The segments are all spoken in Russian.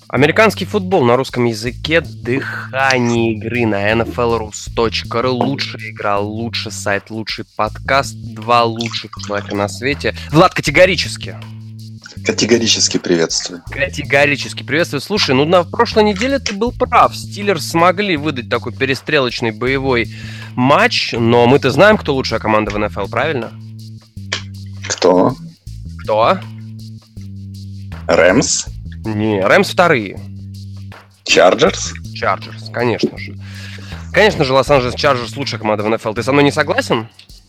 Американский футбол на русском языке, дыхание игры на nflrus.ru. Лучшая игра, лучший сайт, лучший подкаст, два лучших человека на свете. Влад, категорически приветствую. Категорически приветствую. Слушай, на прошлой неделе ты был прав. Стиллерс смогли выдать такой перестрелочный боевой матч, но мы-то знаем, кто лучшая команда в НФЛ, правильно? Кто? Рэмс? Не, Рэмс вторые. Чарджерс, конечно же. Конечно же, Лос-Анджелес Чарджерс лучшая команда в НФЛ. Ты со мной не согласен?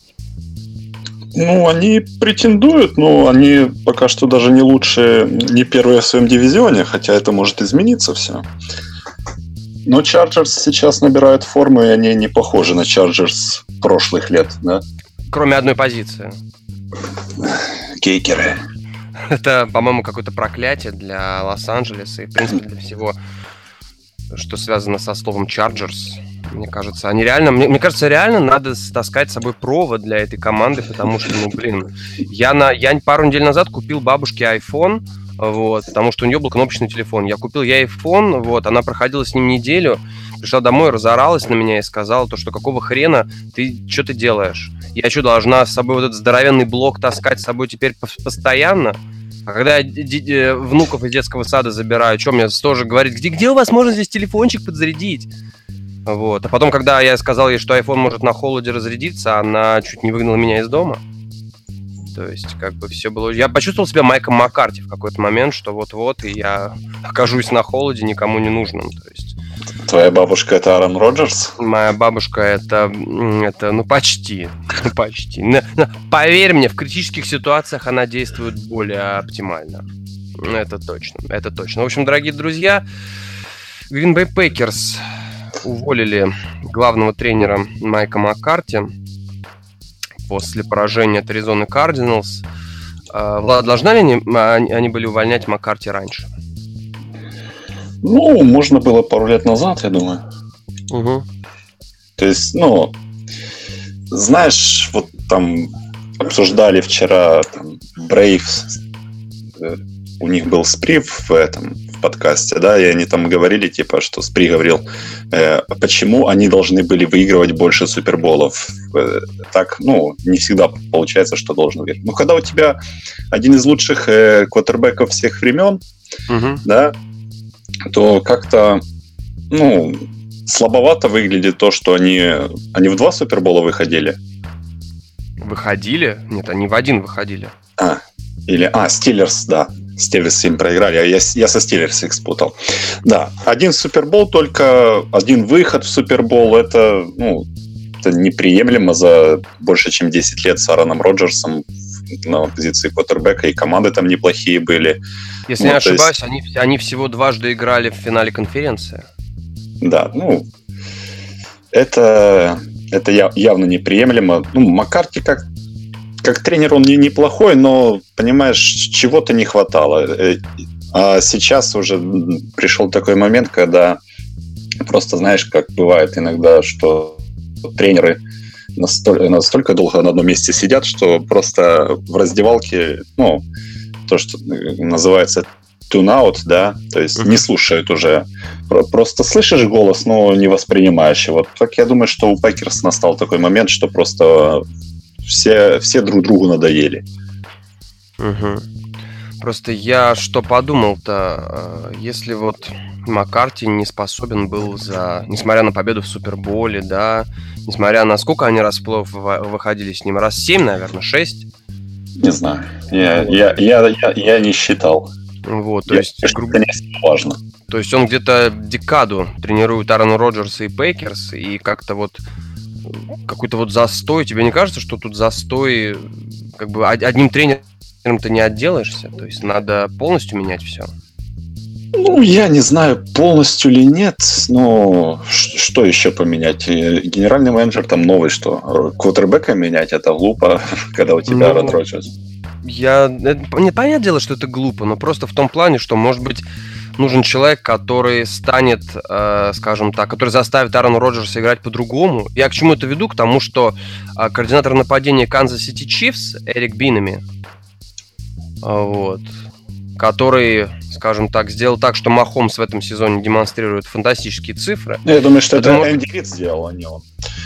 Они претендуют, но они пока что даже не лучшие, не первые в своем дивизионе, хотя это может измениться все. Но Чарджерс сейчас набирают форму, и они не похожи на Чарджерс прошлых лет, да? Кроме одной позиции. Кейкеры. Это, по-моему, какое-то проклятие для Лос-Анджелеса и, в принципе, для всего, что связано со словом Chargers. Мне кажется, мне кажется, реально надо таскать с собой провод для этой команды, потому что, я пару недель назад купил бабушке iPhone, потому что у нее был кнопочный телефон. Я купил ей iPhone, она проходила с ним неделю, пришла домой, разоралась на меня и сказала, что какого хрена что ты делаешь? Я что, должна с собой этот здоровенный блок таскать с собой теперь постоянно? А когда я внуков из детского сада забираю, что мне тоже говорит, где у вас можно здесь телефончик подзарядить? А потом, когда я сказал ей, что iPhone может на холоде разрядиться, она чуть не выгнала меня из дома. То есть, все было... Я почувствовал себя Майком Маккарти в какой-то момент, что вот-вот, и я окажусь на холоде никому не нужным. То есть... Твоя бабушка — это Аарон Роджерс? Моя бабушка — это почти. Поверь мне, в критических ситуациях она действует более оптимально. Это точно. В общем, дорогие друзья, Green Bay Packers уволили главного тренера Майка Маккарти после поражения от Аризоны Кардиналс. Влад, должны ли они были увольнять Маккарти раньше? Можно было пару лет назад, я думаю. Угу. То есть, знаешь, там обсуждали вчера Брейвс, у них был Спри в подкасте, да, и они там говорили, что Спри говорил, почему они должны были выигрывать больше суперболов. Так, не всегда получается, что должен выиграть. Когда у тебя один из лучших квотербеков всех времен, да, то как-то, слабовато выглядит то, что они в 2 супербола выходили. Выходили? Нет, они в 1 выходили. Стиллерс, да. Стиллерс им проиграли, я со Стиллерс их спутал. Да, 1 супербол, только 1 выход в супербол, это неприемлемо за больше, чем 10 лет с Аароном Роджерсом на позиции квотербека, и команды там неплохие были. Если не ошибаюсь, они всего дважды играли в финале конференции. Да, это явно неприемлемо. Маккарти как тренер он неплохой, но, понимаешь, чего-то не хватало. А сейчас уже пришел такой момент, когда просто, знаешь, как бывает иногда, что тренеры настолько долго на одном месте сидят, что просто в раздевалке, то, что называется tune-out, да, то есть не слушают уже. Просто слышишь голос, но не воспринимаешь его. Так я думаю, что у Пекерс настал такой момент, что просто все друг другу надоели. Угу. Просто я что подумал-то, если Маккарти не способен был несмотря на победу в Суперболе, да, несмотря на сколько они раз в плей-офф выходили с ним, раз 7, наверное, 6? Не знаю, я не считал. То есть, конечно, важно. То есть он где-то декаду тренирует Аарона Роджерса и Пейкерс, и как-то какой-то застой. Тебе не кажется, что тут застой, одним тренером ты не отделаешься? То есть надо полностью менять все? Я не знаю, полностью ли нет, но что еще поменять? Генеральный менеджер там новый, что? Квотербека менять — это глупо, когда у тебя Аарон Роджерс. Понятное дело, что это глупо, но просто в том плане, что, может быть, нужен человек, который станет, скажем так, который заставит Аарона Роджерса играть по-другому. Я к чему это веду? К тому, что координатор нападения Канзас Сити Чифс Эрик Бинами, который скажем так, сделал так, что Махомс в этом сезоне демонстрирует фантастические цифры. Я думаю, что это Энди Рид сделал, а не он.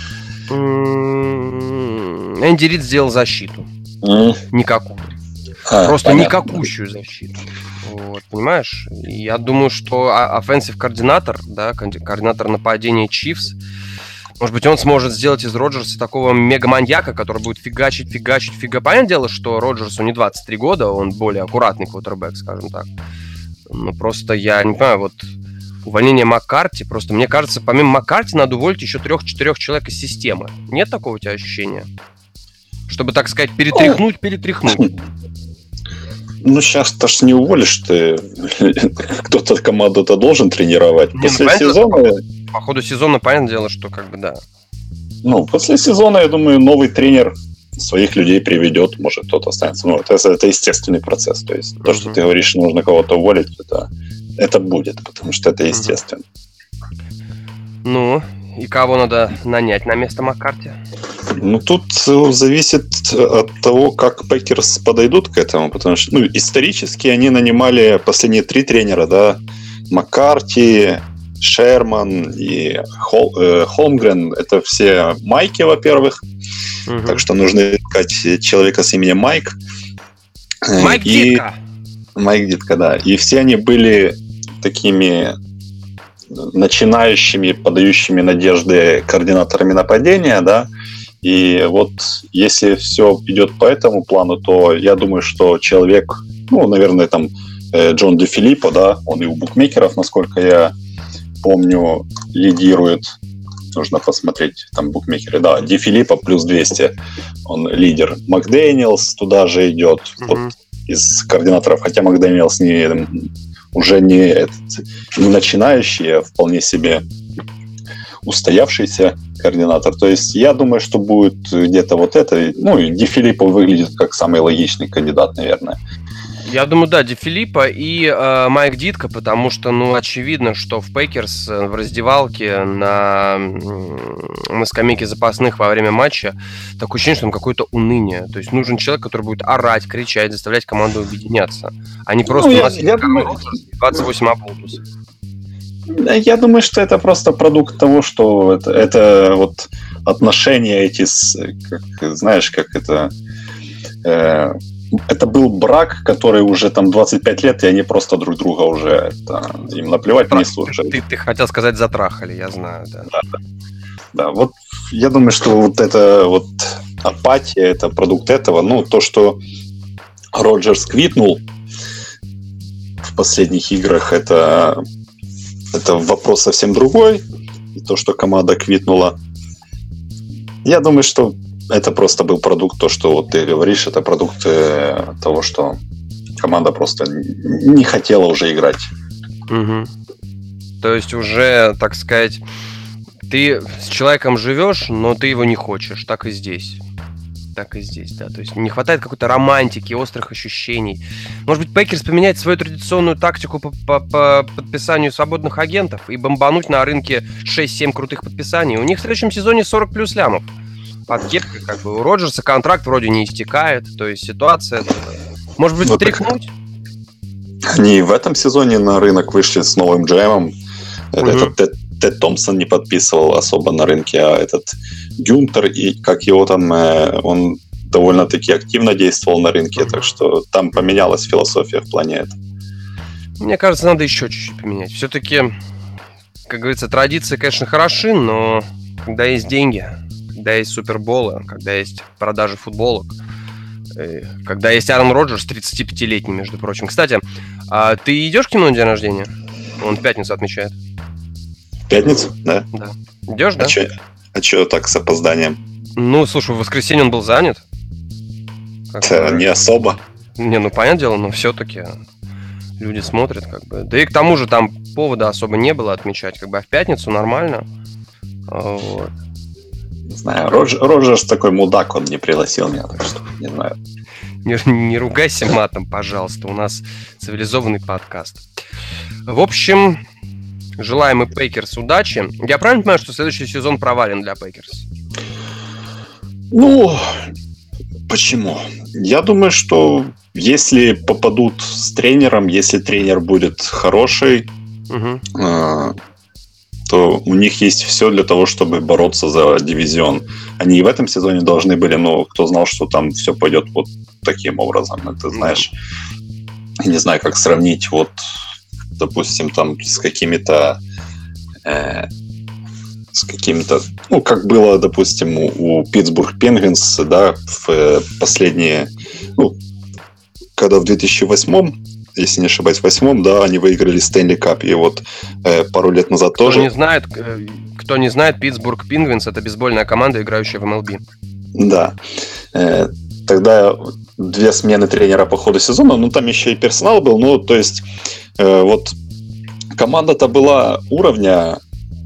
Энди Рид сделал защиту. Никакую. Просто понятно. Никакущую защиту. Вот, понимаешь? Я думаю, что offensive координатор, да, координатор нападения Chiefs, может быть, он сможет сделать из Роджерса такого мегаманьяка, который будет фигачить. Понятное дело, что Роджерсу не 23 года, он более аккуратный квотербэк, скажем так. Но просто я не понимаю, вот увольнение Маккарти, просто мне кажется, помимо Маккарти надо уволить еще 3-4 человек из системы. Нет такого у тебя ощущения? Чтобы, так сказать, перетряхнуть. Ну, сейчас-то ж не уволишь ты. Кто-то команду-то должен тренировать. После сезона... По ходу сезона, понятное дело, что как бы да. Ну, после сезона, я думаю, новый тренер своих людей приведет, может, кто-то останется. Ну, это естественный процесс. То есть то, что ты говоришь, нужно кого-то уволить, это будет, потому что это естественно. Ну, и кого надо нанять на место Маккарти? Ну, тут зависит от того, как Пекерс подойдут к этому, потому что, ну, исторически они нанимали последние 3 тренера, да, Маккарти, Шерман и Холмгрен. Это все Майки, во-первых. Так что нужно искать человека с именем Майк. Майк Дитка. Майк Дитка, да. И все они были такими начинающими, подающими надежды координаторами нападения, да. И вот если все идет по этому плану, то я думаю, что человек, ну, наверное, там Джон Ди Филиппо, да, он и у букмекеров, насколько я помню, лидирует. Нужно посмотреть, там букмекеры. Да, Ди Филиппо плюс 200. Он лидер. Макдэниелс туда же идет вот, из координаторов. Хотя Макдэниелс уже не начинающий, а вполне себе устоявшийся координатор. То есть я думаю, что будет где-то вот это. Ну, и Ди Филиппо выглядит как самый логичный кандидат, наверное. Я думаю, да, Ди Филиппо и Майк Дитка, потому что, ну, очевидно, что в Пекерс в раздевалке на скамейке запасных во время матча такое ощущение, что там какое-то уныние. То есть нужен человек, который будет орать, кричать, заставлять команду объединяться, а не просто у нас есть 28 оболтусов. Я думаю, что это просто продукт того, что это вот отношения эти, знаешь, как это... Это был брак, который уже там 25 лет, и они просто друг друга уже им наплевать не слушают. Ты хотел сказать затрахали, я знаю, да. Да, вот я думаю, что вот эта вот апатия, это продукт этого. Ну, то, что Роджерс квитнул в последних играх, это вопрос совсем другой. И то, что команда квитнула, я думаю, что это просто был продукт, то, что вот ты говоришь, это продукт того, что команда просто не хотела уже играть. Угу. То есть уже, так сказать, ты с человеком живешь, но ты его не хочешь. Так и здесь. Так и здесь, да. То есть не хватает какой-то романтики, острых ощущений. Может быть, Пекерс поменяет свою традиционную тактику по подписанию свободных агентов и бомбануть на рынке 6-7 крутых подписаний. У них в следующем сезоне 40 плюс лямов. Под кепкой, как бы, у Роджерса контракт вроде не истекает, то есть ситуация, может быть, тряхнуть? Они в этом сезоне на рынок вышли с новым джемом. Этот Тед Томпсон не подписывал особо на рынке, а этот Гюнтер, и как его там, он довольно-таки активно действовал на рынке, так что там поменялась философия в плане этого. Мне кажется, надо еще чуть-чуть поменять. Все-таки, как говорится, традиции, конечно, хороши, но когда есть деньги... Когда есть суперболы, когда есть продажи футболок, когда есть Аарон Роджерс, 35-летний, между прочим. Кстати, а ты идешь к нему на день рождения? Он в пятницу отмечает. В пятницу? Да. Да. Идешь, да? А чё так с опозданием? Ну, слушай, в воскресенье он был занят. Не особо. Не, ну, понятное дело, но все-таки люди смотрят, как бы. Да и к тому же там повода особо не было отмечать, как бы, а в пятницу нормально. Вот. Не знаю, Роджерс такой мудак, он не пригласил меня, так что не знаю. Не ругайся матом, пожалуйста, у нас цивилизованный подкаст. В общем, желаем и Пекерс удачи. Я правильно понимаю, что следующий сезон провален для Пекерс? Ну, Почему? Я думаю, что если попадут с тренером, если тренер будет хороший, то у них есть все для того, чтобы бороться за дивизион. Они и в этом сезоне должны были, но кто знал, что там все пойдет вот таким образом. Это, знаешь, я не знаю, как сравнить вот, допустим, там с какими-то, ну, как было, допустим, у Питтсбург Пингвинс, да, в последние, ну, когда в 2008, если не ошибаюсь, в 2008, да, они выиграли Стэнли Кап, и вот пару лет назад тоже... Кто не знает, Питтсбург Пингвинс — это бейсбольная команда, играющая в MLB. Да. Тогда 2 смены тренера по ходу сезона, ну, там еще и персонал был, ну, то есть, вот команда-то была уровня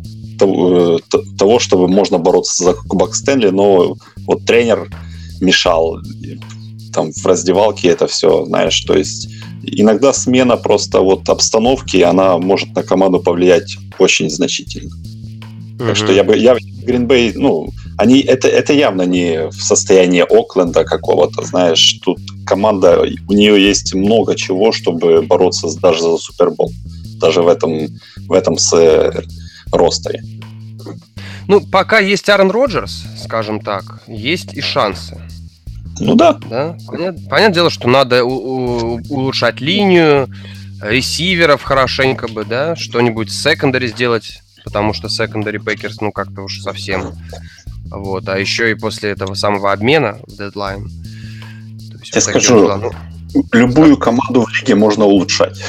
того, чтобы можно бороться за Кубок Стэнли, но вот тренер мешал, там в раздевалке это все, знаешь, то есть иногда смена просто вот обстановки, она может на команду повлиять очень значительно. Так что я Green Bay, ну, они это явно не в состоянии Окленда какого-то, знаешь, тут команда, у нее есть много чего, чтобы бороться даже за Супербол, даже в этом ростере. Ну, пока есть Аарон Роджерс, скажем так, есть и шансы. Ну да. Понятное дело, что надо улучшать линию, ресиверов хорошенько бы, да, что-нибудь с секондари сделать, потому что секондари Пейкерс, ну, как-то уж совсем. Вот, а еще и после этого самого обмена в дедлайн. Я скажу, любую команду в лиге можно улучшать.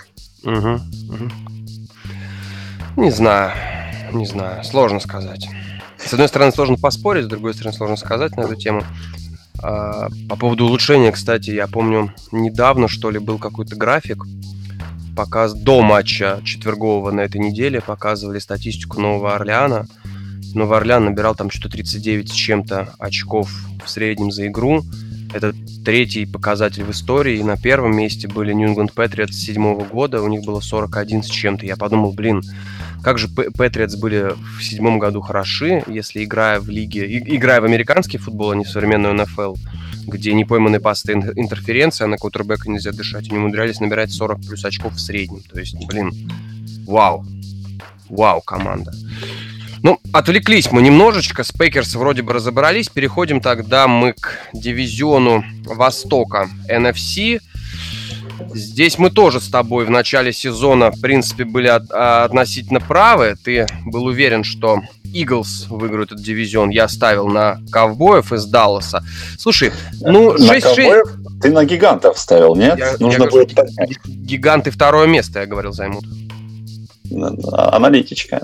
Не знаю, сложно сказать. С одной стороны, сложно поспорить, с другой стороны, сложно сказать на эту тему. По поводу улучшения, кстати, я помню, недавно, что ли, был какой-то график, до матча четвергового на этой неделе показывали статистику Нового Орлеана. Новый Орлеан набирал там что-то 39 с чем-то очков в среднем за игру. Это 3-й показатель в истории. И на первом месте были New England Patriots с 2007 года. У них было 41 с чем-то. Я подумал, как же Patriots были в 2007 году хороши, если играя в американский футбол, а не в современную НФЛ, где непойманные пасты интерференция, на квотербека нельзя дышать, они умудрялись набирать 40 плюс очков в среднем. То есть, вау, команда. Ну, отвлеклись мы немножечко, с Пейкерс вроде бы разобрались, переходим тогда мы к дивизиону Востока NFC. Здесь мы тоже с тобой в начале сезона, в принципе, были относительно правы. Ты был уверен, что Eagles выиграют этот дивизион. Я ставил на ковбоев из Далласа. Слушай, ну, 6-6... Ты на гигантов ставил, нет? Нужно будет поднять. Гиганты второе место, я говорил, займут. Аналитичка,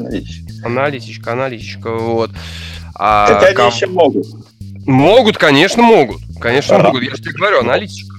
вот. Хотя они еще могут. Могут, конечно, могут. Конечно, могут. Я же тебе говорю, аналитичка.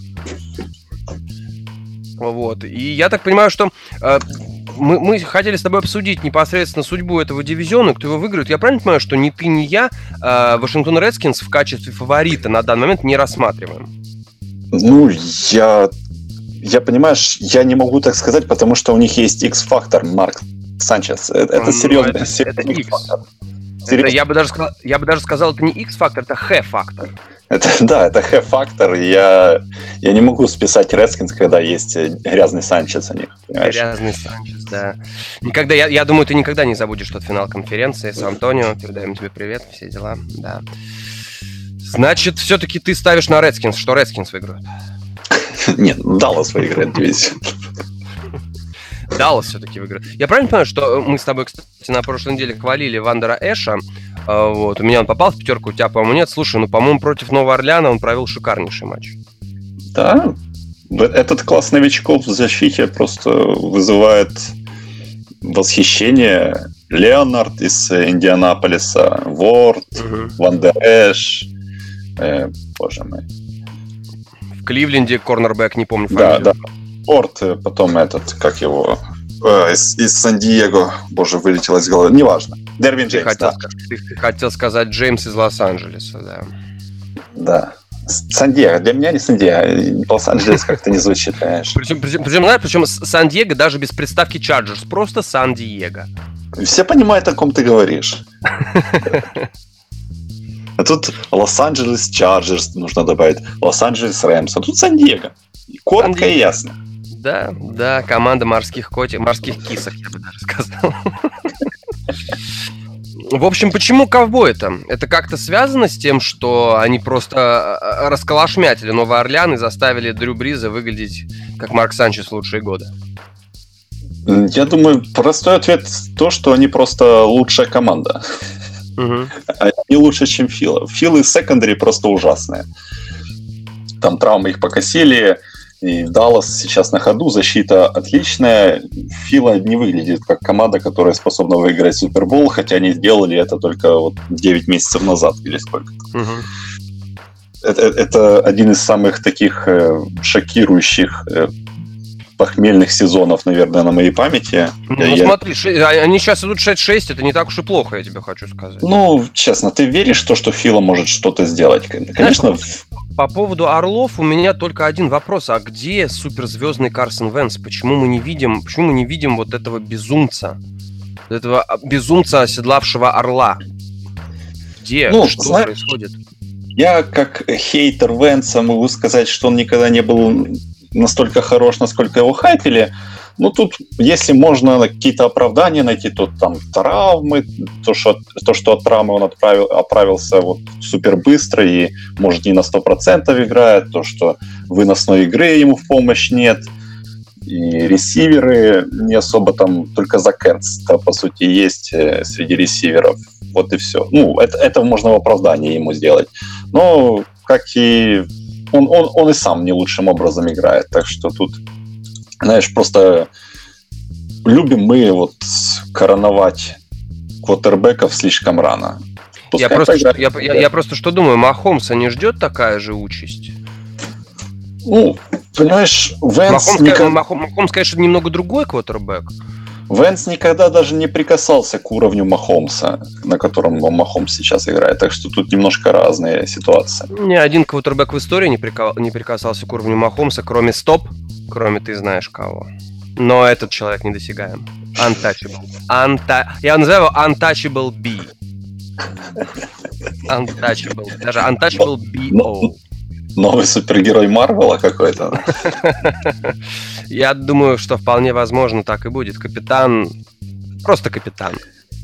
Вот. И я так понимаю, что мы хотели с тобой обсудить непосредственно судьбу этого дивизиона, кто его выиграет. Я правильно понимаю, что ни ты, ни я Вашингтон Редскинс в качестве фаворита на данный момент не рассматриваем? Ну, я, понимаешь, я не могу так сказать, потому что у них есть X-фактор, Марк Санчес. Это серьезный X-фактор. Я бы даже сказал, это не X-фактор, это H-фактор. Это H-фактор. Я не могу списать Редскинс, когда есть грязный Санчес у них. Понимаешь? Грязный Санчес, да. Я думаю, ты никогда не забудешь тот финал конференции с Антонио. Передаем тебе привет, все дела. Да. Значит, все-таки ты ставишь на Редскинс, что Редскинс выиграют. Нет, Даллас выиграет дивизион. Даллас все-таки выиграет. Я правильно понимаю, что мы с тобой, кстати, на прошлой неделе хвалили Вандера Эша? Вот, у меня он попал в пятерку, у тебя, по-моему, нет. Слушай, по-моему, против Нового Орлеана он провел шикарнейший матч. Да, этот класс новичков в защите просто вызывает восхищение. Леонард из Индианаполиса, Ворд, Вандер Эш. Боже мой. В Кливленде корнербэк, не помню фамилию. Да. Ворд, потом как его... из Сан-Диего. Боже, вылетело из головы. Неважно. Дервин Джеймс, Ты хотел сказать Джеймс из Лос-Анджелеса, да. Да. Сан-Диего. Для меня не Сан-Диего. Лос-Анджелес как-то не звучит, конечно. Причем Сан-Диего даже без приставки Chargers. Просто Сан-Диего. Все понимают, о ком ты говоришь. А тут Лос-Анджелес Чарджерс нужно добавить, Лос-Анджелес Рэмс, а тут Сан-Диего. Коротко и ясно. Да, команда морских кисок, я бы даже сказал. В общем, почему ковбои-то? Это как-то связано с тем, что они просто расколошмятили Новый Орлеан и заставили Дрю Бриза выглядеть как Марк Санчес в лучшие годы? Я думаю, простой ответ то, что они просто лучшая команда. Угу. Они лучше, чем Фила. Фил и секондари просто ужасные. Там травмы их покосили. И Даллас сейчас на ходу, защита отличная. Фила не выглядит как команда, которая способна выиграть Супербол, хотя они сделали это только вот 9 месяцев назад или сколько. Угу. Это один из самых таких шокирующих похмельных сезонов, наверное, на моей памяти. Смотри, они сейчас идут 6-6, это не так уж и плохо, я тебе хочу сказать. Ну, честно, ты веришь в то, что Фила может что-то сделать? Конечно. По поводу Орлов у меня только один вопрос. А где суперзвездный Карсон Венц? Почему мы не видим вот этого безумца? Этого безумца, оседлавшего Орла? Где? Что происходит? Я, как хейтер Венца, могу сказать, что он никогда не был настолько хорош, насколько его хайпили. Ну, тут, если можно какие-то оправдания найти, то там травмы, то, что от травмы он оправился вот супер быстро и, может, не на 100% играет, то, что выносной игры ему в помощь нет, и ресиверы не особо там, только Зак Эртз, по сути, есть среди ресиверов. Вот и все. Ну, это можно в оправдании ему сделать. Но, как и... Он и сам не лучшим образом играет, так что тут... Знаешь, просто любим мы вот короновать квотербеков слишком рано. Я просто что думаю, Махомса не ждет такая же участь? Ну, понимаешь, Венс... Махомс, конечно, немного другой квотербек. Венс никогда даже не прикасался к уровню Махомса, на котором Махомс сейчас играет, так что тут немножко разные ситуации. Ни один квотербек в истории не прикасался к уровню Махомса, кроме ты знаешь кого. Но этот человек недосягаем. Untouchable. Я называю его Untouchable B. Untouchable. Даже Untouchable BO. Новый супергерой Марвела какой-то. Я думаю, что вполне возможно так и будет. Капитан. Просто капитан.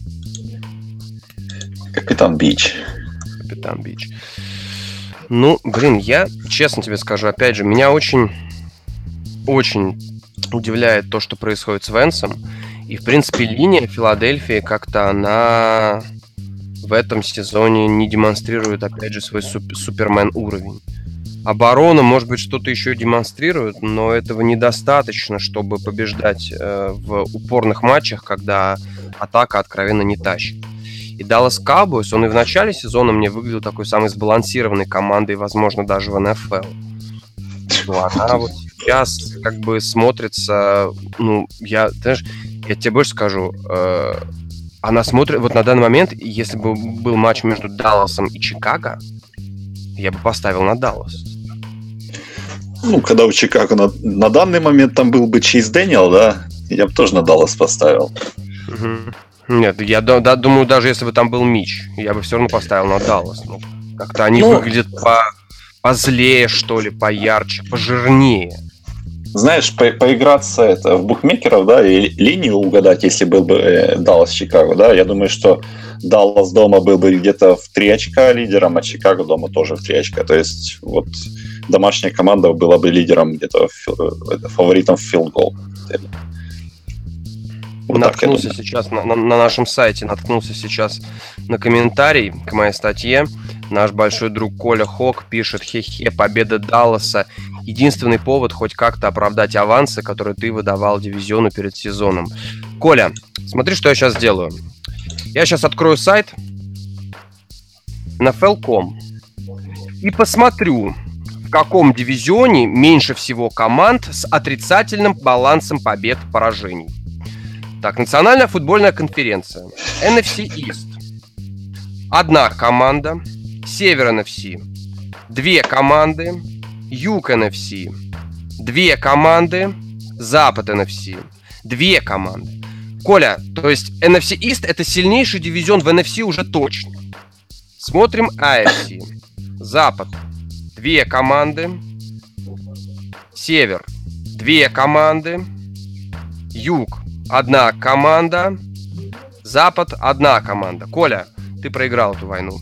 Капитан Бич. Капитан Бич. Ну, блин, я честно тебе скажу, опять же, меня очень удивляет то, что происходит с Венсом. И, в принципе, линия Филадельфии как-то она в этом сезоне не демонстрирует, опять же, свой супермен уровень. Оборона, может быть, что-то еще демонстрирует, но этого недостаточно, чтобы побеждать в упорных матчах, когда атака откровенно не тащит. И Dallas Cowboys, он и в начале сезона мне выглядел такой самой сбалансированной командой, возможно, даже в НФЛ. Она вот сейчас как бы смотрится, ну, я тебе больше скажу, она смотрит, вот на данный момент, если бы был матч между Далласом и Чикаго, я бы поставил на Даллас. Ну, когда у Чикаго на данный момент там был бы Чейз Дэниел, да, я бы тоже на Даллас поставил. Угу. Нет, я думаю, даже если бы там был Мич, я бы все равно поставил на Даллас. Ну, как-то они выглядят позлее, что ли, поярче, пожирнее. Знаешь, поиграться в букмекеров, да, и линию угадать, если был бы Даллас-Чикаго, да, я думаю, что Даллас дома был бы где-то в 3 очка лидером, а Чикаго дома тоже в 3 очка. То есть вот домашняя команда была бы лидером, где-то фаворитом в филд-гол. Вот наткнулся сейчас на нашем сайте, на комментарий к моей статье. Наш большой друг Коля Хок пишет: хе-хе, победа Далласа — единственный повод хоть как-то оправдать авансы, которые ты выдавал дивизиону перед сезоном. Коля, смотри, что я сейчас сделаю. Я сейчас открою сайт NFL.com и посмотрю, в каком дивизионе меньше всего команд с отрицательным балансом побед-поражений. Так, Национальная футбольная конференция. NFC East. 1 команда. Север NFC. 2 команды. Юг NFC. 2 команды. Запад NFC. 2 команды. Коля, то есть NFC East — это сильнейший дивизион в NFC уже точно. Смотрим AFC. Запад. 2 команды. Север. 2 команды. Юг. 1 команда. Запад. 1 команда. Коля, ты проиграл эту войну.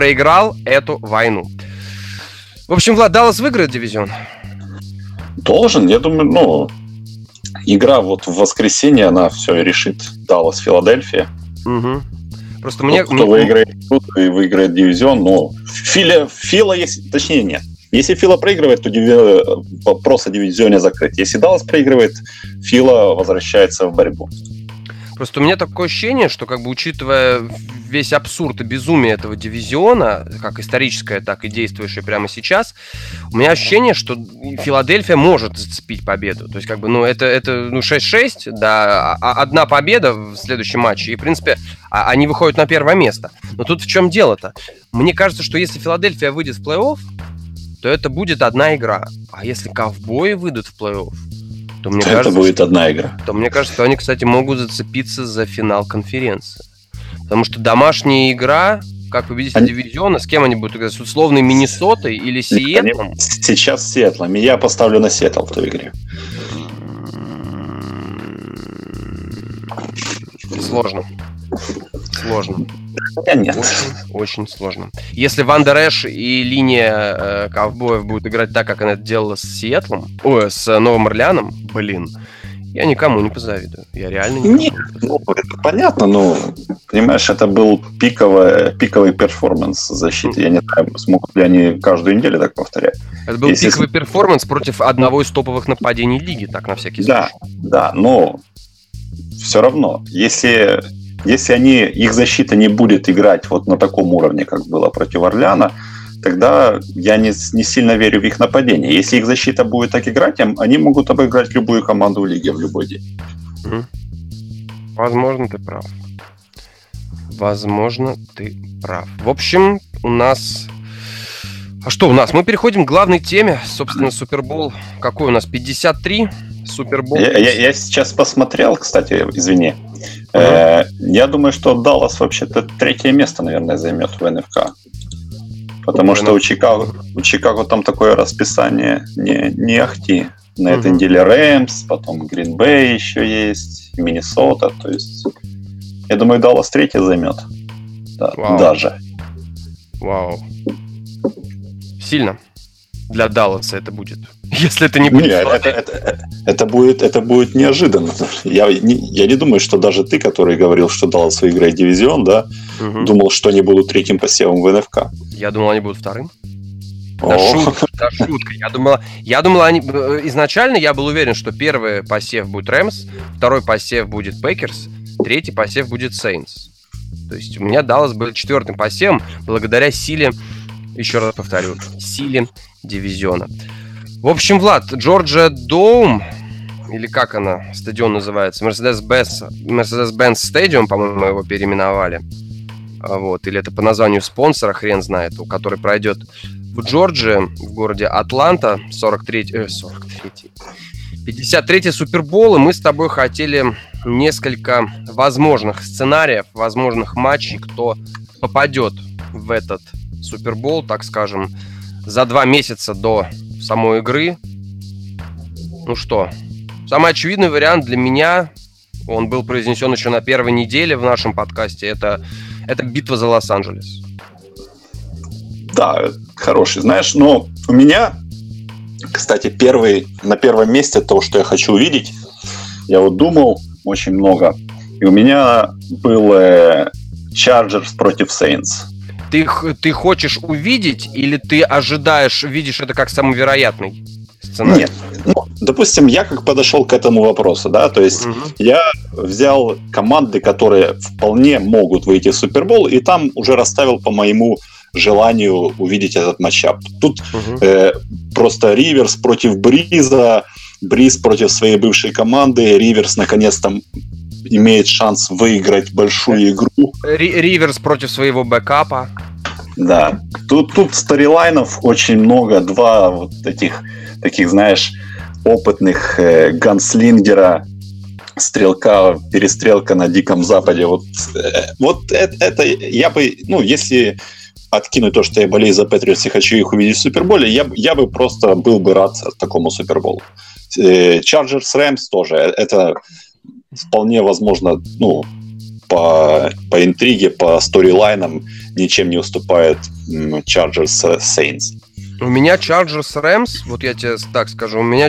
В общем, Влад, Даллас выиграет дивизион? Должен, я думаю, игра вот в воскресенье, она все решит. Даллас, Филадельфия. Угу. Просто кто выиграет тут и выиграет дивизион, Фила есть, точнее нет. Если Фила проигрывает, то вопрос о дивизионе закрыт. Если Даллас проигрывает, Фила возвращается в борьбу. Просто у меня такое ощущение, что, учитывая весь абсурд и безумие этого дивизиона, как историческое, так и действующее прямо сейчас, у меня ощущение, что Филадельфия может зацепить победу. То есть, это 6-6, да, 1 победа в следующем матче, и, в принципе, они выходят на первое место. Но тут в чем дело-то? Мне кажется, что если Филадельфия выйдет в плей-офф, то это будет 1 игра. А если ковбои выйдут в плей-офф, то мне кажется, будет 1 игра. То мне кажется, что они, кстати, могут зацепиться за финал конференции. Потому что домашняя игра, как победитель дивизиона, с кем они будут играть? С условной Миннесотой или Сиэтлом? Сейчас с Сиэтлом. И я поставлю на Сиэтл в той игре. Сложно. Нет. Очень сложно. Если Ван Дер Эш и линия ковбоев будут играть так, как она это делала с Сиэтлом, с Новым Орлеаном, я никому не позавидую. Я реально никому не позавидую. Это понятно, но, понимаешь, это был пиковый перформанс защиты. Я не знаю, смогут ли они каждую неделю так повторять. Это был пиковый перформанс против одного из топовых нападений лиги, так, на всякий случай. Да, но все равно, если их защита не будет играть вот на таком уровне, как было против Орлеана, тогда я не сильно верю в их нападение. Если их защита будет так играть, они могут обыграть любую команду в лиге в любой день. Возможно, ты прав. В общем, у нас... А что у нас? Мы переходим к главной теме. Собственно, Супербол. Какой у нас? 53? Супербол. Я сейчас посмотрел, кстати, извини. Я думаю, что Даллас вообще-то 3 место, наверное, займет в НФК. Потому что у Чикаго там такое расписание не ахти. На этой неделе Рэмс, потом Грин Бэй еще есть, Миннесота. То есть, я думаю, Даллас 3 займет. Да, даже. Вау. Сильно. Для Далласа это будет. Если это не будет... Это будет неожиданно. Я не думаю, что даже ты, который говорил, что Даллас выиграет дивизион, да, думал, что они будут 3-м посевом в НФК. Я думал, они будут 2-м. Да шутка. Я думал, они... Изначально я был уверен, что 1-й посев будет Рэмс, 2-й посев будет Пейкерс, 3-й посев будет Сейнтс. То есть у меня Даллас был 4-м посевом благодаря силе, еще раз повторю, силе дивизиона. В общем, Влад, Джорджия Доум, или как она, стадион называется, Mercedes-Benz Stadium, по-моему, его переименовали. Или это по названию спонсора, хрен знает, который пройдет в Джорджии, в городе Атланта, 53-й Супербол, и мы с тобой хотели несколько возможных сценариев, возможных матчей, кто попадет в этот Супербол, так скажем, за 2 месяца до самой игры. Ну что, самый очевидный вариант для меня, он был произнесен еще на 1-й неделе в нашем подкасте, это битва за Лос-Анджелес. Да, хороший, знаешь, но у меня, кстати, на 1-м месте то, что я хочу увидеть, я видел очень много, и у меня был Chargers против Saints. Ты хочешь увидеть или ты видишь это как самый вероятный сценарий? Нет. Допустим, я как подошел к этому вопросу, да, то есть я взял команды, которые вполне могут выйти в Супербол, и там уже расставил по моему желанию увидеть этот матчап. Тут просто Риверс против Бриза, Бриз против своей бывшей команды, Риверс наконец-то имеет шанс выиграть большую игру. Риверс против своего бэкапа. Да. Тут сторилайнов очень много. 2 вот таких, знаешь, опытных ганслингера, стрелка, перестрелка на Диком Западе. Вот это я бы, если откинуть то, что я болею за Патриотс и хочу их увидеть в Суперболе, я бы просто был бы рад такому Суперболу. Chargers Rams тоже. Это вполне возможно, ну, по интриге, по сторилайнам ничем не уступает Chargers Saints. У меня Chargers Rams, вот я тебе так скажу, у меня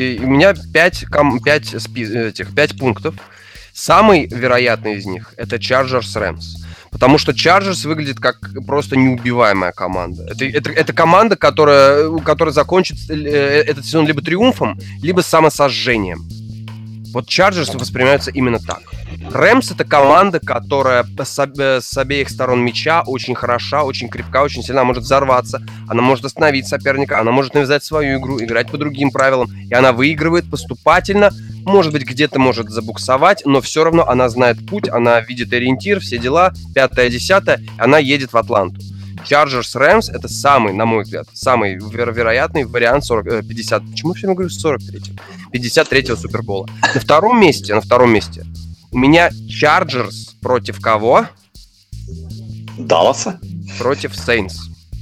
5 пунктов. Самый вероятный из них — это Chargers Rams. Потому что Chargers выглядит как просто неубиваемая команда. Это команда, которая закончит этот сезон либо триумфом, либо самосожжением. Вот Chargers воспринимаются именно так. Рэмс — это команда, которая с обеих сторон мяча очень хороша, очень крепка, очень сильна, может взорваться, она может остановить соперника, она может навязать свою игру, играть по другим правилам, и она выигрывает поступательно, может быть, где-то может забуксовать, но все равно она знает путь, она видит ориентир, все дела, 5-10, она едет в Атланту. Chargers Rams — это самый, на мой взгляд, самый вероятный вариант 50. Почему я все время говорю 43-го? 53-го Супербола. На втором месте у меня Chargers против кого? Далласа? Против Saints.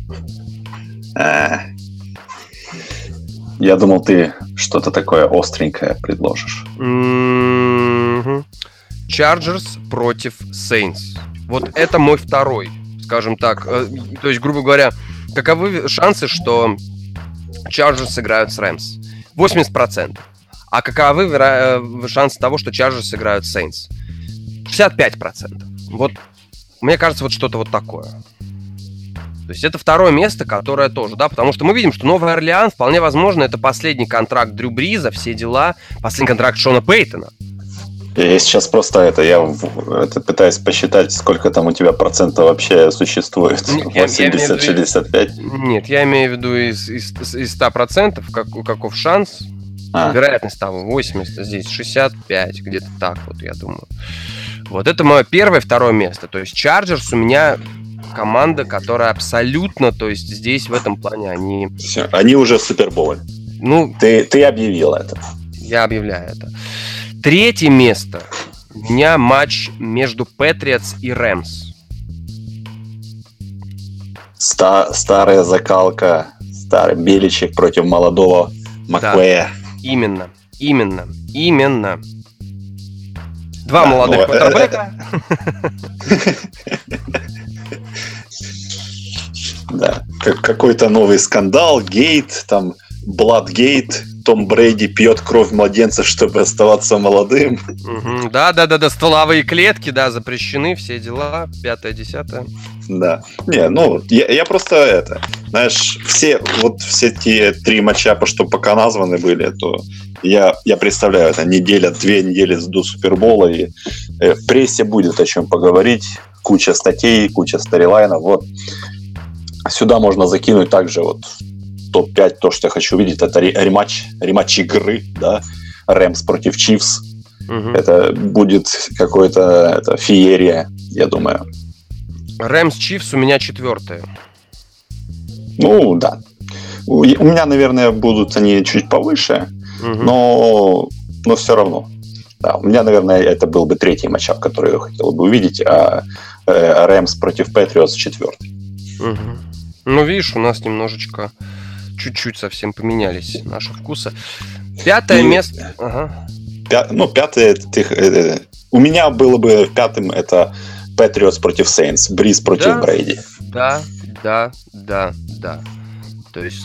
Я думал, ты что-то такое остренькое предложишь. Chargers против Saints. Вот это мой второй, скажем так. То есть, грубо говоря, каковы шансы, что Chargers сыграют с Rams? 80%. А каковы шансы того, что Chargers сыграют с Saints? 65%. Вот, мне кажется, вот что-то вот такое. То есть это второе место, которое тоже, да, потому что мы видим, что Новый Орлеан, вполне возможно, это последний контракт Дрю Бриза, все дела, последний контракт Шона Пейтона. Я сейчас просто я пытаюсь посчитать, сколько там у тебя процентов вообще существует. 80-65? Нет, я имею в виду из 100%, каков шанс. Вероятность того 80, здесь 65, где-то так вот, я думаю. Вот это мое первое, второе место. То есть Chargers у меня команда, которая абсолютно, то есть здесь в этом плане они... Все, они уже в Суперболе. Ну, ты объявил это. Я объявляю это. Третье место. У меня матч между Patriots и Rams. Старая закалка, старый Беличек против молодого Маквея. Да, именно. Два молодых квотербека. Да, какой-то новый скандал, гейт, там, Бладгейт, Том Брейди пьет кровь младенца, чтобы оставаться молодым. Да, стволовые клетки, да, запрещены, все дела, 5-10. Да. Не, ну, я просто знаешь, все те 3 матчапа, что пока названы были, то я представляю, это 2 недели до Супербола, и в прессе будет о чем поговорить, куча статей, куча сторилайнов, вот. Сюда можно закинуть также вот топ-5, то, что я хочу увидеть, это рематч игры, да, Рэмс против Чифс. Это будет какая-то феерия, я думаю. Рэмс Чифс у меня 4-е. Ну, да. У меня, наверное, будут они чуть повыше, но все равно. Да, у меня, наверное, это был бы 3-й матчап, который я хотел бы увидеть, а Рэмс против Патриотс 4-й. Ну, видишь, у нас немножечко, чуть-чуть совсем поменялись наши вкусы. 5-е место. Ага. 5-е, у меня было бы 5-м это Patriots против Saints, Бриз против Брейди. Да. То есть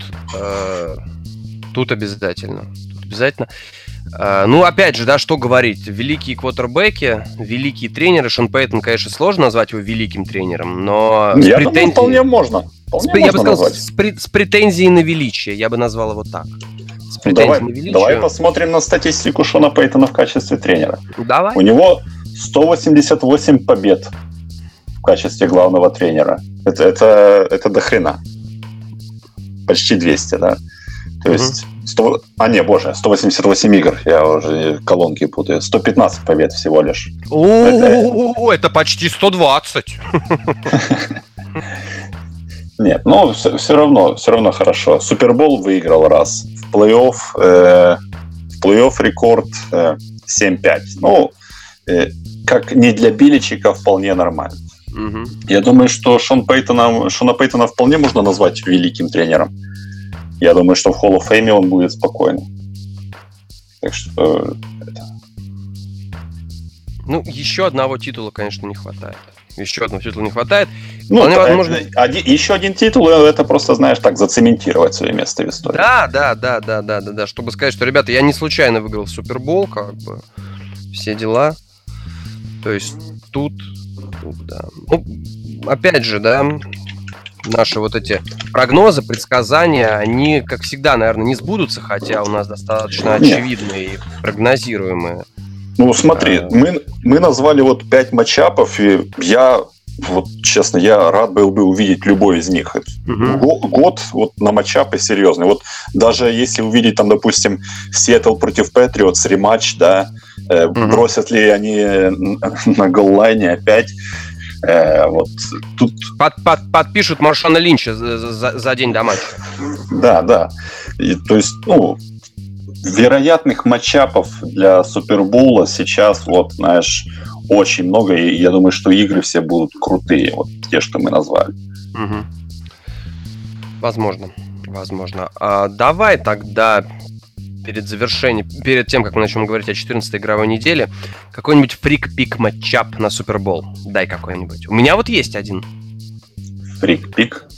тут обязательно. Ну, опять же, да, что говорить. Великие квотербеки, великие тренеры. Шон Пейтон, конечно, сложно назвать его великим тренером, но... Я думаю, вполне можно. Я бы сказал, с претензией на величие. Я бы назвал его так. С претензией на величие. Давай посмотрим на статистику Шона Пейтона в качестве тренера. Давай. У него 188 побед в качестве главного тренера. Это до хрена. Почти 200, да? То есть... 188 игр. Я уже колонки путаю. 115 побед всего лишь. Это почти 120. Нет, но все равно хорошо. Супербол выиграл раз. В плей-офф рекорд 7-5. Ну, как не для Беличика, вполне нормально. Я думаю, что Шона Пейтона вполне можно назвать великим тренером. Я думаю, что в Hall of Fame он будет спокойно. Так что... Ну, еще одного титула, конечно, не хватает. Еще одного титула не хватает. Ну, возможно... еще один титул, это просто, знаешь, так, зацементировать свое место в истории. Да. Чтобы сказать, что, ребята, я не случайно выиграл Супербол, как бы, все дела. То есть тут да. Ну, опять же, да, наши вот эти прогнозы, предсказания, они, как всегда, наверное, не сбудутся, хотя у нас достаточно очевидные и прогнозируемые. Ну, смотри, мы назвали вот 5 матчапов, и я, вот честно, я рад был бы увидеть любой из них. Год вот на матчапы серьезный. Вот даже если увидеть там, допустим, Сиэтл против Патриотс, рематч, да, бросят ли они на голлайне опять. Вот тут... Подпишут Маршана Линча за день до матча. Да. И, то есть, ну, вероятных матчапов для Супербоула сейчас, вот, знаешь, очень много, и я думаю, что игры все будут крутые, вот те, что мы назвали. Возможно. Давай тогда перед тем, как мы начнем говорить о 14-й игровой неделе, какой-нибудь фрик-пик матчап на Супербол. Дай какой-нибудь. У меня вот есть один. Фрик-пик?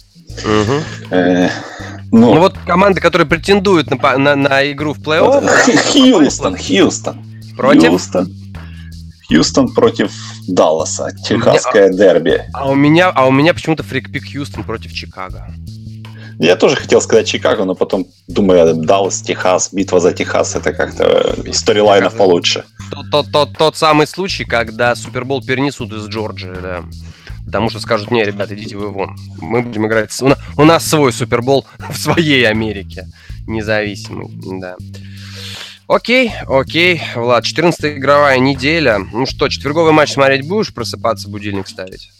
Ну вот команды, которые претендуют на игру в плей-офф. Хьюстон. Против? Хьюстон против Далласа. Техасское дерби. А у меня почему-то фрик-пик Хьюстон против Чикаго. Я тоже хотел сказать Чикаго, но потом думаю, Даллас, Техас, битва за Техас, это как-то сторилайнов получше. Тот самый случай, когда Супербол перенесут из Джорджии, да. Потому что скажут: не, ребята, идите вы вон. Мы будем играть... У нас свой Супербол в своей Америке. Независимый, да. Окей, Влад, 14-я игровая неделя. Ну что, четверговый матч смотреть будешь? Просыпаться, будильник ставить?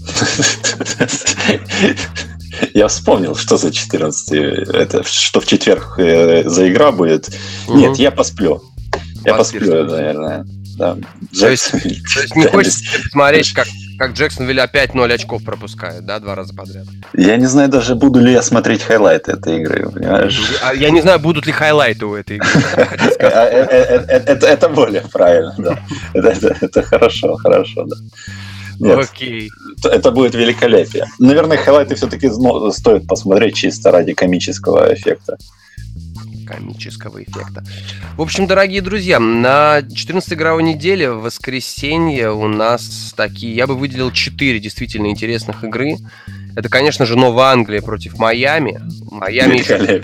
Я вспомнил, что за 14-й, это что в четверг за игра будет. Нет, я посплю. Я посплю, наверное. Да. То есть не хочется смотреть, как Джексонвилл опять 0 очков пропускает, да, 2 раза подряд? Я не знаю даже, буду ли я смотреть хайлайты этой игры, понимаешь? Я не знаю, будут ли хайлайты у этой игры. Это более правильно, да. Это хорошо, да. Нет, окей. Это будет великолепие. Наверное, хайлайты все-таки стоит посмотреть чисто ради комического эффекта. В общем, дорогие друзья, на 14-й игровой неделе в воскресенье у нас такие, я бы выделил 4 действительно интересных игры. Это, конечно же, Новая Англия против Майами. Майами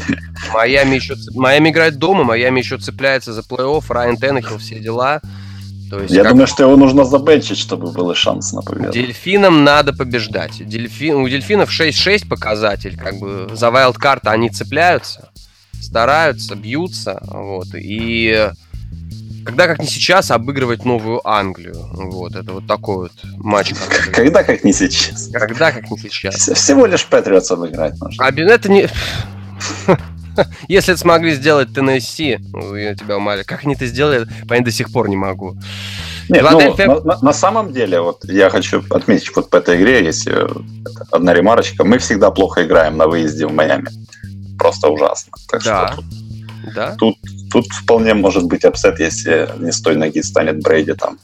играет дома, Майами еще цепляется за плей-офф, Райан Теннехилл, все дела. То есть, я думаю, что его нужно забенчить, чтобы был шанс на победу. Дельфинам надо побеждать. У дельфинов 6-6 показатель, как бы за вайлдкарт они цепляются, стараются, бьются, вот, и когда как не сейчас обыгрывать Новую Англию, вот, это вот такой вот матч. Когда как не сейчас. Всего лишь Патриотс обыграть нужно. Это не... Если это смогли сделать Теннесси, я тебя умоляю, как они это сделали, понять до сих пор не могу. Нет, на самом деле, вот я хочу отметить, вот по этой игре, если одна ремарочка, мы всегда плохо играем на выезде в Майами. Просто ужасно. Так да. Что тут вполне может быть апсет, если не с той ноги станет Брейди там.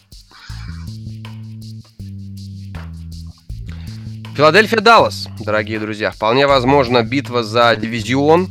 Филадельфия-Даллас, дорогие друзья. Вполне возможно, битва за дивизион.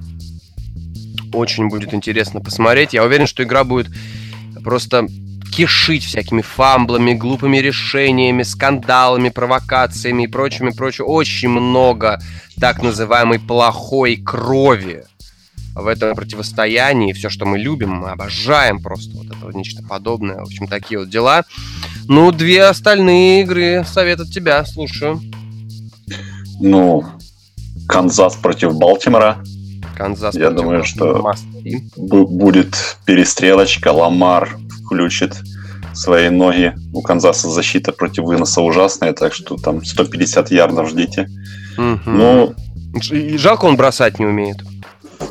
Очень будет интересно посмотреть. Я уверен, что игра будет просто кишить всякими фамблами, глупыми решениями, скандалами, провокациями и прочим. Очень много так называемой плохой крови в этом противостоянии. Все, что мы любим, мы обожаем просто. Вот это вот нечто подобное. В общем, такие вот дела. Ну, 2 остальные игры. Совет от тебя. Слушаю. Ну, Канзас против Балтимора. Я думаю, что будет перестрелочка. Ламар включит свои ноги. У Канзаса защита против выноса ужасная, так что там 150 ярдов ждите. Ну, и жалко, он бросать не умеет.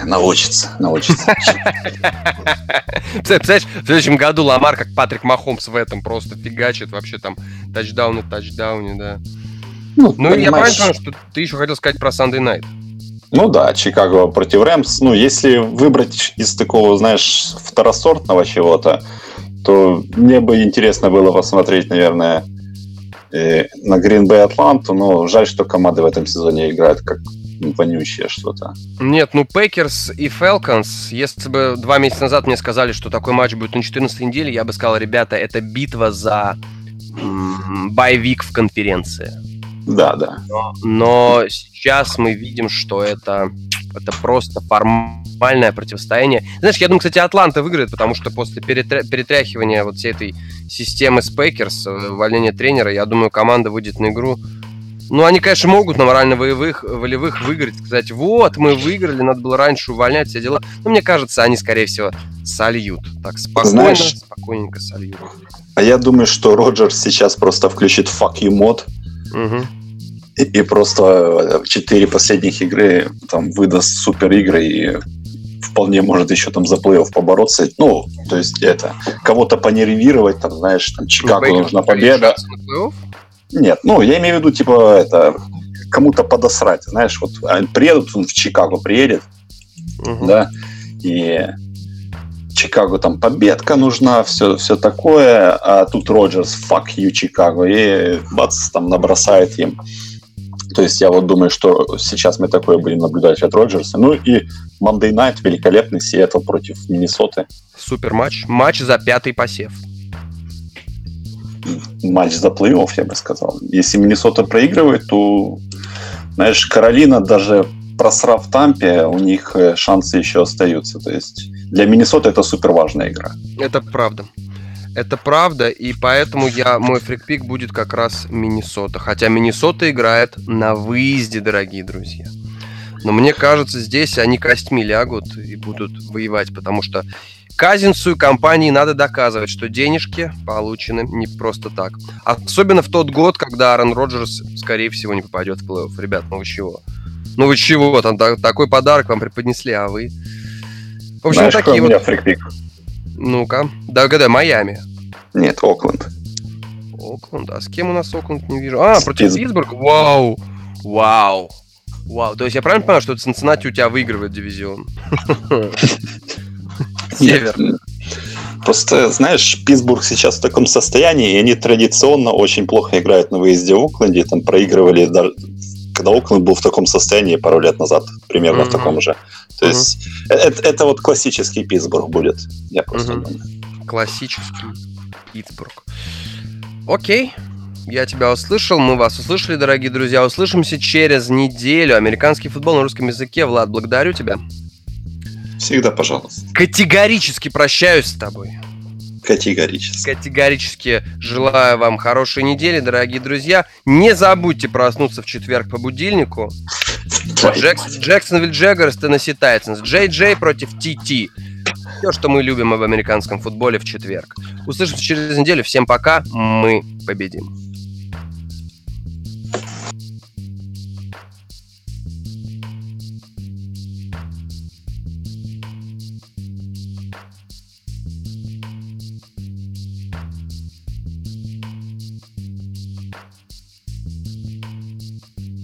научится. Представляешь, в следующем году Ламар, как Патрик Махомс в этом, просто фигачит вообще там тачдауны, да. Ну я правильно понимаю, что ты еще хотел сказать про Sunday Night? Ну да, Чикаго против Рэмс. Ну, если выбрать из такого, знаешь, второсортного чего-то, то мне бы интересно было посмотреть, наверное, на Green Bay Атланту, но жаль, что команды в этом сезоне играют как вонючее что-то. Нет, Пейкерс и Falcons, если бы 2 месяца назад мне сказали, что такой матч будет на 14 неделе, я бы сказал, ребята, это битва за бай-вик в конференции. Да. Но сейчас мы видим, что это просто формальное противостояние. Знаешь, я думаю, кстати, Атланта выиграет, потому что после перетряхивания вот всей этой системы с Пейкерс, увольнения тренера, я думаю, команда выйдет на игру. Ну, они, конечно, могут на морально-волевых выиграть, сказать, вот, мы выиграли, надо было раньше увольнять, все дела. Но мне кажется, они, скорее всего, сольют. Так, спокойненько сольют. А я думаю, что Роджерс сейчас просто включит fuck you мод. Угу. И просто 4 последних игры там выдаст супер игры и вполне может еще там за плей-офф побороться. Ну, то есть кого-то понервировать, там, знаешь, там Чикаго нужна победа. Нет, я имею в виду, типа, кому-то подосрать, знаешь, вот приедут, он в Чикаго приедет, да, и Чикаго там победка нужна, все такое, а тут Роджерс, fuck you, Чикаго, и бац, там набросает им. То есть я вот думаю, что сейчас мы такое будем наблюдать от Роджерса. Ну и Monday Night великолепный Сиэтл против Миннесоты. Супер матч. Матч за 5-й посев. Матч за плей-офф, я бы сказал. Если Миннесота проигрывает, то, знаешь, Каролина, даже просрав Тампе, у них шансы еще остаются. То есть для Миннесоты это супер важная игра. Это правда, и поэтому мой фрикпик будет как раз Миннесота. Хотя Миннесота играет на выезде, дорогие друзья. Но мне кажется, здесь они костьми лягут и будут воевать, потому что Казинцу и компании надо доказывать, что денежки получены не просто так. Особенно в тот год, когда Аарон Роджерс, скорее всего, не попадет в плей-офф. Ребят, вы чего? Там такой подарок вам преподнесли, а вы... В общем, знаешь, такие у меня фрикпик? Ну-ка, догадай, Майами. Нет, Окленд. Окленд? А с кем у нас Окленд не вижу? Против Питтсбурга? Вау. То есть я правильно понимаю, что Цинциннати у тебя выигрывает дивизион? Север. Просто, знаешь, Питтсбург сейчас в таком состоянии, и они традиционно очень плохо играют на выезде в Окленде. Там проигрывали, даже когда Окленд был в таком состоянии пару лет назад, примерно в таком же. То есть это вот классический Питтсбург будет. Я просто думаю. Классический Питтсбург. Окей. Я тебя услышал, мы вас услышали, дорогие друзья. Услышимся через неделю. Американский футбол на русском языке. Влад, благодарю тебя. Всегда, пожалуйста. Категорически прощаюсь с тобой. Категорически желаю вам хорошей недели, дорогие друзья. Не забудьте проснуться в четверг по будильнику. Джексонвилл Джаггерс, Теннесси Тайтанс. Джей против TT. Все, что мы любим об американском футболе в четверг. Услышимся через неделю. Всем пока. Мы победим.